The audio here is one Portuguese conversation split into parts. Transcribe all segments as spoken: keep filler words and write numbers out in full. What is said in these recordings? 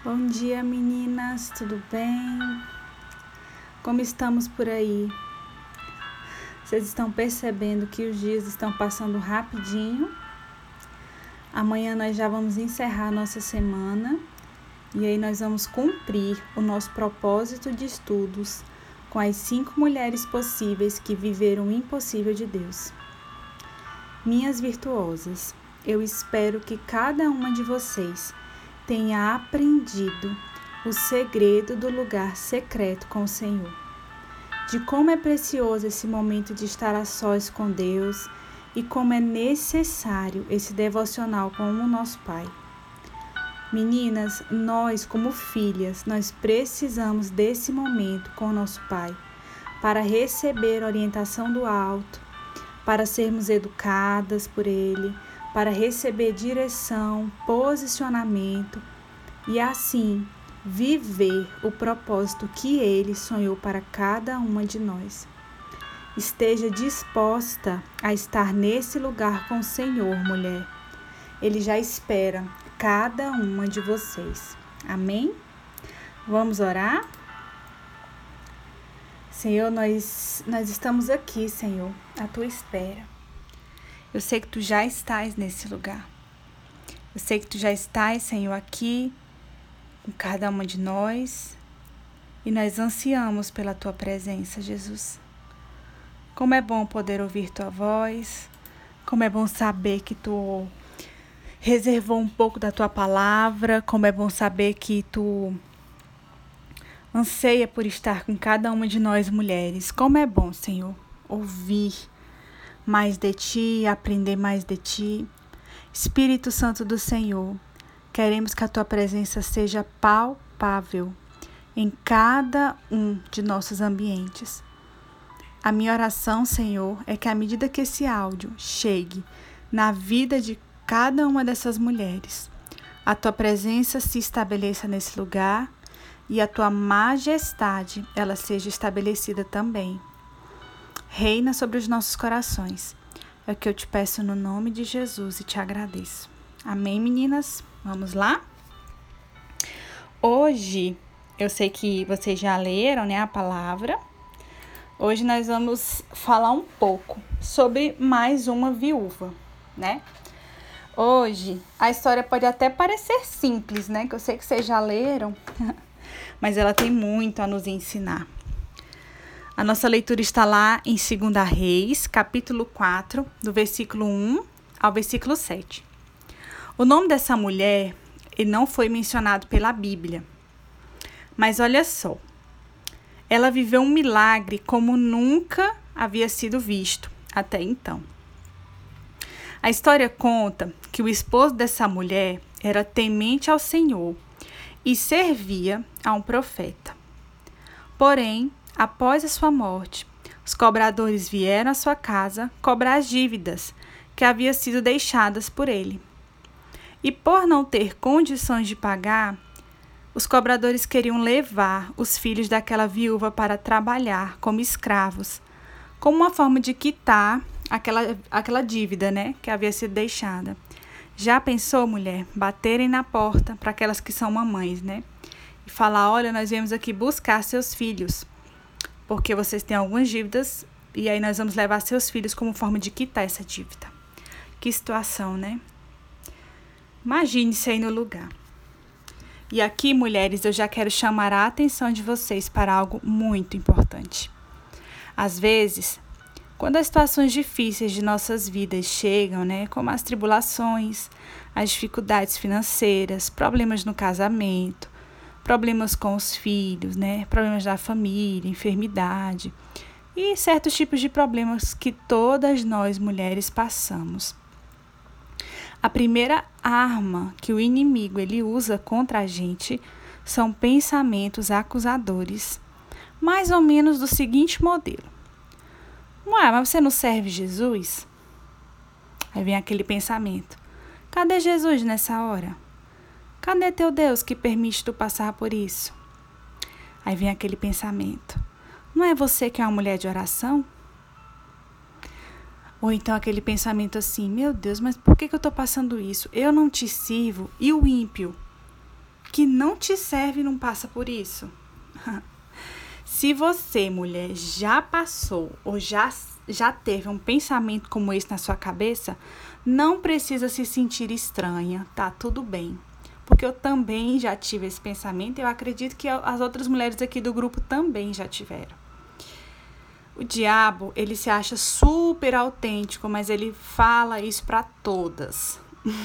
Bom dia, meninas, tudo bem? Como estamos por aí? Vocês estão percebendo que os dias estão passando rapidinho? Amanhã nós já vamos encerrar a nossa semana e aí nós vamos cumprir o nosso propósito de estudos com as cinco mulheres possíveis que viveram o impossível de Deus. Minhas virtuosas, eu espero que cada uma de vocês tenha aprendido o segredo do lugar secreto com o Senhor, de como é precioso esse momento de estar a sós com Deus e como é necessário esse devocional com o nosso Pai. Meninas, nós como filhas, nós precisamos desse momento com o nosso Pai para receber orientação do alto, para sermos educadas por Ele, para receber direção, posicionamento e assim viver o propósito que Ele sonhou para cada uma de nós. Esteja disposta a estar nesse lugar com o Senhor, mulher. Ele já espera cada uma de vocês. Amém? Vamos orar? Senhor, nós, nós estamos aqui, Senhor, à tua espera. Eu sei que tu já estás nesse lugar. Eu sei que tu já estás, Senhor, aqui com cada uma de nós. E nós ansiamos pela tua presença, Jesus. Como é bom poder ouvir tua voz. Como é bom saber que tu reservou um pouco da tua palavra. Como é bom saber que tu anseia por estar com cada uma de nós mulheres. Como é bom, Senhor, ouvir mais de ti, aprender mais de ti. Espírito Santo do Senhor, queremos que a tua presença seja palpável em cada um de nossos ambientes. A minha oração, Senhor, é que à medida que esse áudio chegue na vida de cada uma dessas mulheres, a tua presença se estabeleça nesse lugar e a tua majestade, ela seja estabelecida também. Reina sobre os nossos corações. É o que eu te peço no nome de Jesus e te agradeço. Amém, meninas? Vamos lá? Hoje, eu sei que vocês já leram, né, a palavra. Hoje nós vamos falar um pouco sobre mais uma viúva, né? Hoje, a história pode até parecer simples, né? Que eu sei que vocês já leram, mas ela tem muito a nos ensinar. A nossa leitura está lá em Segunda Reis, capítulo quatro, do versículo um ao versículo sete. O nome dessa mulher ele não foi mencionado pela Bíblia. Mas olha só, ela viveu um milagre como nunca havia sido visto até então. A história conta que o esposo dessa mulher era temente ao Senhor e servia a um profeta. Porém, após a sua morte, os cobradores vieram à sua casa cobrar as dívidas que haviam sido deixadas por ele. E por não ter condições de pagar, os cobradores queriam levar os filhos daquela viúva para trabalhar como escravos, como uma forma de quitar aquela, aquela dívida, né, que havia sido deixada. Já pensou, mulher, baterem na porta para aquelas que são mamães, né? E falar, olha, nós viemos aqui buscar seus filhos, porque vocês têm algumas dívidas e aí nós vamos levar seus filhos como forma de quitar essa dívida. Que situação, né? Imagine-se aí no lugar. E aqui, mulheres, eu já quero chamar a atenção de vocês para algo muito importante. Às vezes, quando as situações difíceis de nossas vidas chegam, né, como as tribulações, as dificuldades financeiras, problemas no casamento, problemas com os filhos, né? Problemas da família, enfermidade e certos tipos de problemas que todas nós mulheres passamos. A primeira arma que o inimigo ele usa contra a gente são pensamentos acusadores, mais ou menos do seguinte modelo. Ué, mas você não serve Jesus? Aí vem aquele pensamento. Cadê Jesus nessa hora? Cadê teu Deus que permite tu passar por isso? Aí vem aquele pensamento. Não é você que é uma mulher de oração? Ou então aquele pensamento assim, meu Deus, mas por que, que eu estou passando isso? Eu não te sirvo e o ímpio que não te serve não passa por isso? Se você, mulher, já passou ou já, já teve um pensamento como esse na sua cabeça, não precisa se sentir estranha, tá tudo bem. Porque eu também já tive esse pensamento e eu acredito que as outras mulheres aqui do grupo também já tiveram. O diabo, ele se acha super autêntico, mas ele fala isso para todas.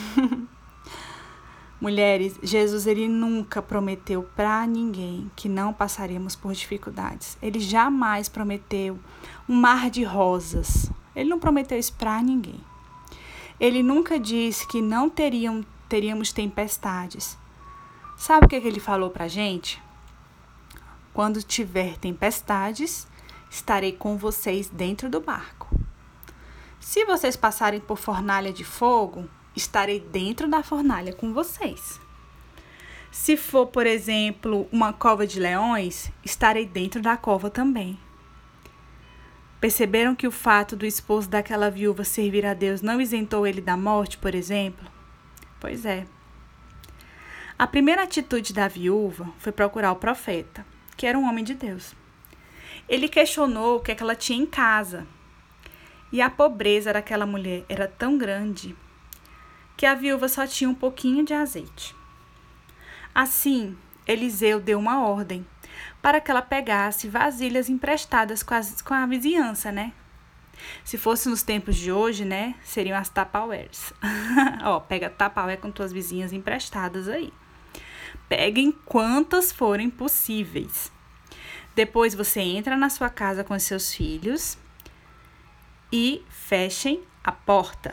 Mulheres, Jesus, ele nunca prometeu para ninguém que não passaríamos por dificuldades. Ele jamais prometeu um mar de rosas. Ele não prometeu isso para ninguém. Ele nunca disse que não teriam, teríamos tempestades. Sabe o que, que ele falou para a gente? Quando tiver tempestades, estarei com vocês dentro do barco. Se vocês passarem por fornalha de fogo, estarei dentro da fornalha com vocês. Se for, por exemplo, uma cova de leões, estarei dentro da cova também. Perceberam que o fato do esposo daquela viúva servir a Deus não isentou ele da morte, por exemplo? Pois é. A primeira atitude da viúva foi procurar o profeta, que era um homem de Deus. Ele questionou o que é que ela tinha em casa. E a pobreza daquela mulher era tão grande que a viúva só tinha um pouquinho de azeite. Assim, Eliseu deu uma ordem para que ela pegasse vasilhas emprestadas com, as, com a vizinhança, né? Se fosse nos tempos de hoje, né, seriam as Tupperwares. Ó, pega Tupperware com tuas vizinhas emprestadas aí. Peguem quantas forem possíveis. Depois você entra na sua casa com seus filhos e fechem a porta.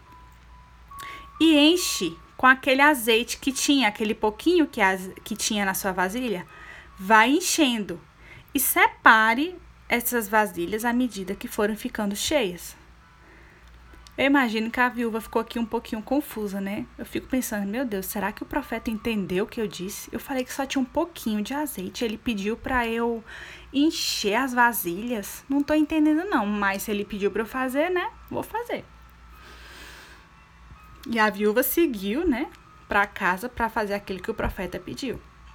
E enche com aquele azeite que tinha, aquele pouquinho que, as, que tinha na sua vasilha, vai enchendo. E separe essas vasilhas à medida que forem ficando cheias. Eu imagino que a viúva ficou aqui um pouquinho confusa, né? Eu fico pensando, meu Deus, será que o profeta entendeu o que eu disse? Eu falei que só tinha um pouquinho de azeite, ele pediu para eu encher as vasilhas. Não tô entendendo não, mas se ele pediu para eu fazer, né? Vou fazer. E a viúva seguiu, né, para casa para fazer aquilo que o profeta pediu.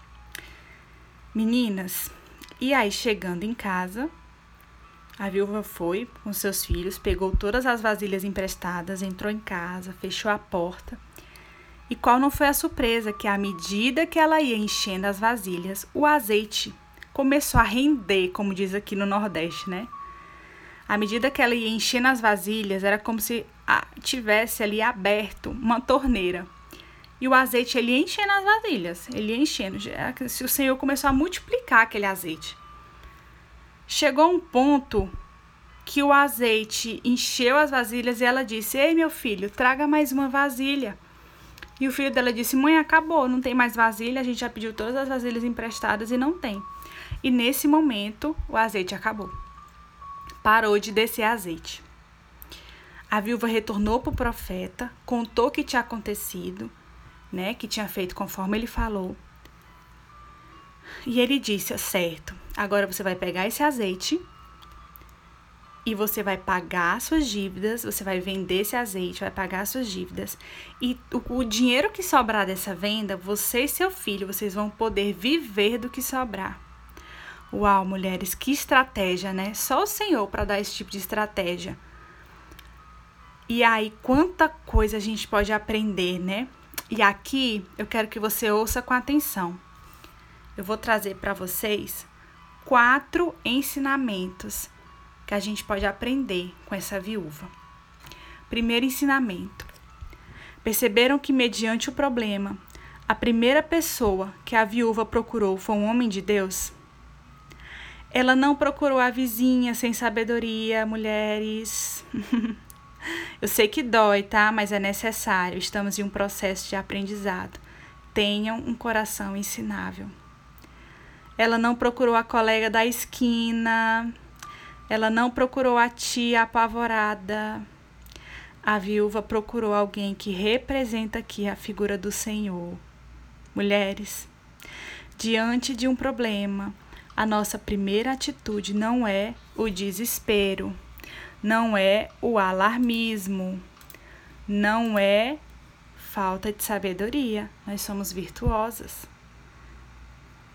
Meninas, e aí chegando em casa, a viúva foi com seus filhos, pegou todas as vasilhas emprestadas, entrou em casa, fechou a porta. E qual não foi a surpresa? Que à medida que ela ia enchendo as vasilhas, o azeite começou a render, como diz aqui no Nordeste, né? À medida que ela ia enchendo as vasilhas, era como se tivesse ali aberto uma torneira. E o azeite, ele ia enchendo as vasilhas, ele ia enchendo. O Senhor começou a multiplicar aquele azeite. Chegou um ponto que o azeite encheu as vasilhas e ela disse, ei, meu filho, traga mais uma vasilha. E o filho dela disse, mãe, acabou, não tem mais vasilha, a gente já pediu todas as vasilhas emprestadas e não tem. E nesse momento, o azeite acabou. Parou de descer azeite. A viúva retornou para o profeta, contou o que tinha acontecido, né, que tinha feito conforme ele falou. E ele disse, certo, agora você vai pegar esse azeite e você vai pagar suas dívidas, você vai vender esse azeite, vai pagar suas dívidas. E o, o dinheiro que sobrar dessa venda, você e seu filho, vocês vão poder viver do que sobrar. Uau, mulheres, que estratégia, né? Só o Senhor para dar esse tipo de estratégia. E aí, quanta coisa a gente pode aprender, né? E aqui, eu quero que você ouça com atenção. Eu vou trazer para vocês quatro ensinamentos que a gente pode aprender com essa viúva. Primeiro ensinamento. Perceberam que, mediante o problema, a primeira pessoa que a viúva procurou foi um homem de Deus? Ela não procurou a vizinha sem sabedoria, mulheres. Eu sei que dói, tá? Mas é necessário. Estamos em um processo de aprendizado. Tenham um coração ensinável. Ela não procurou a colega da esquina. Ela não procurou a tia apavorada. A viúva procurou alguém que representa aqui a figura do Senhor. Mulheres, diante de um problema, a nossa primeira atitude não é o desespero, não é o alarmismo, não é falta de sabedoria. Nós somos virtuosas.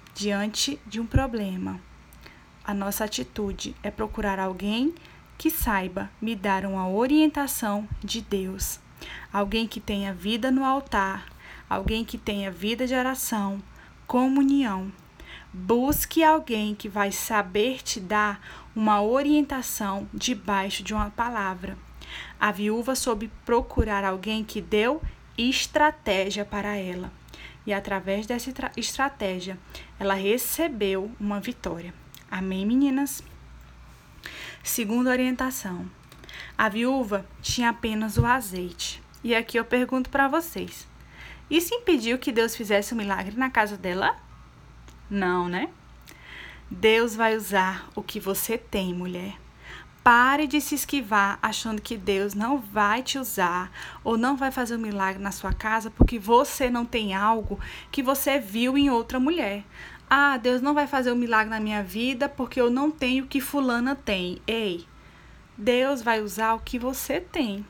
diante de um problema, a nossa atitude é procurar alguém que saiba me dar uma orientação de Deus, alguém que tenha vida no altar, alguém que tenha vida de oração, comunhão. Busque alguém que vai saber te dar uma orientação debaixo de uma palavra. A viúva soube procurar alguém que deu estratégia para ela. E através dessa estratégia, ela recebeu uma vitória. Amém, meninas? Segunda orientação. A viúva tinha apenas o azeite. E aqui eu pergunto para vocês. Isso impediu que Deus fizesse um milagre na casa dela? Não, né? Deus vai usar o que você tem, mulher. Pare de se esquivar achando que Deus não vai te usar ou não vai fazer um milagre na sua casa porque você não tem algo que você viu em outra mulher. Ah, Deus não vai fazer um milagre na minha vida porque eu não tenho o que fulana tem. Ei, Deus vai usar o que você tem.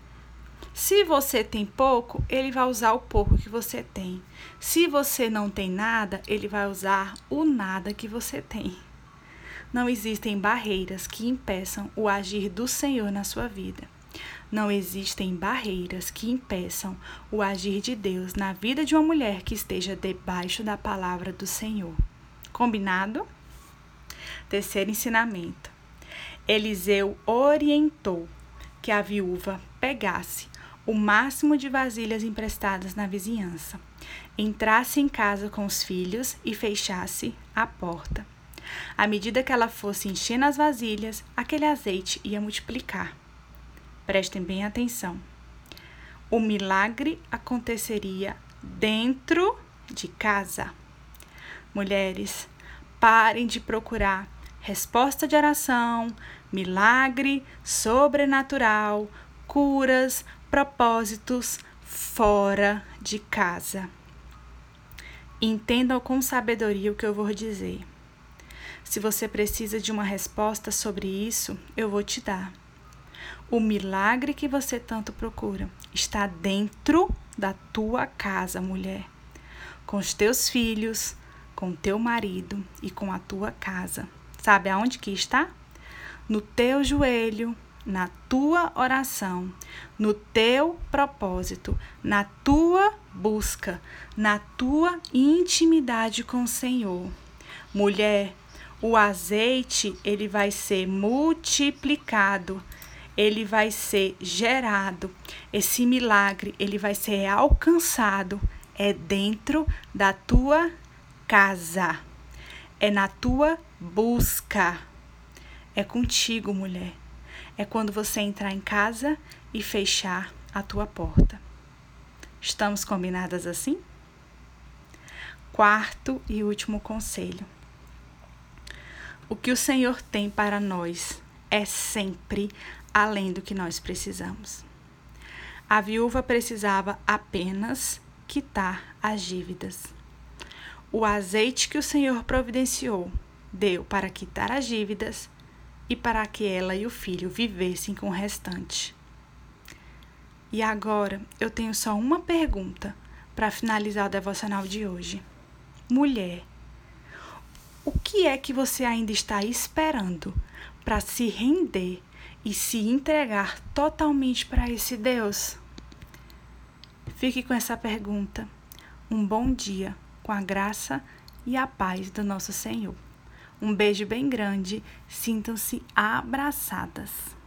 Se você tem pouco, Ele vai usar o pouco que você tem. Se você não tem nada, Ele vai usar o nada que você tem. Não existem barreiras que impeçam o agir do Senhor na sua vida. Não existem barreiras que impeçam o agir de Deus na vida de uma mulher que esteja debaixo da palavra do Senhor. Combinado? Terceiro ensinamento. Eliseu orientou que a viúva pegasse o máximo de vasilhas emprestadas na vizinhança, entrasse em casa com os filhos e fechasse a porta. À medida que ela fosse enchendo as vasilhas, aquele azeite ia multiplicar. Prestem bem atenção. O milagre aconteceria dentro de casa. Mulheres, parem de procurar resposta de oração, milagre, sobrenatural, curas, propósitos fora de casa. Entendam com sabedoria o que eu vou dizer. Se você precisa de uma resposta sobre isso, eu vou te dar. O milagre que você tanto procura está dentro da tua casa, mulher. Com os teus filhos, com o teu marido e com a tua casa. Sabe aonde que está? No teu joelho, na tua oração, no teu propósito, na tua busca, na tua intimidade com o Senhor. Mulher, o azeite, ele vai ser multiplicado, ele vai ser gerado, esse milagre, ele vai ser alcançado, é dentro da tua casa, é na tua busca, é contigo, mulher. É quando você entrar em casa e fechar a tua porta. Estamos combinadas assim? Quarto e último conselho. O que o Senhor tem para nós é sempre além do que nós precisamos. A viúva precisava apenas quitar as dívidas. O azeite que o Senhor providenciou deu para quitar as dívidas e para que ela e o filho vivessem com o restante. E agora eu tenho só uma pergunta para finalizar o devocional de hoje. Mulher, o que é que você ainda está esperando para se render e se entregar totalmente para esse Deus? Fique com essa pergunta. Um bom dia com a graça e a paz do nosso Senhor. Um beijo bem grande, sintam-se abraçadas.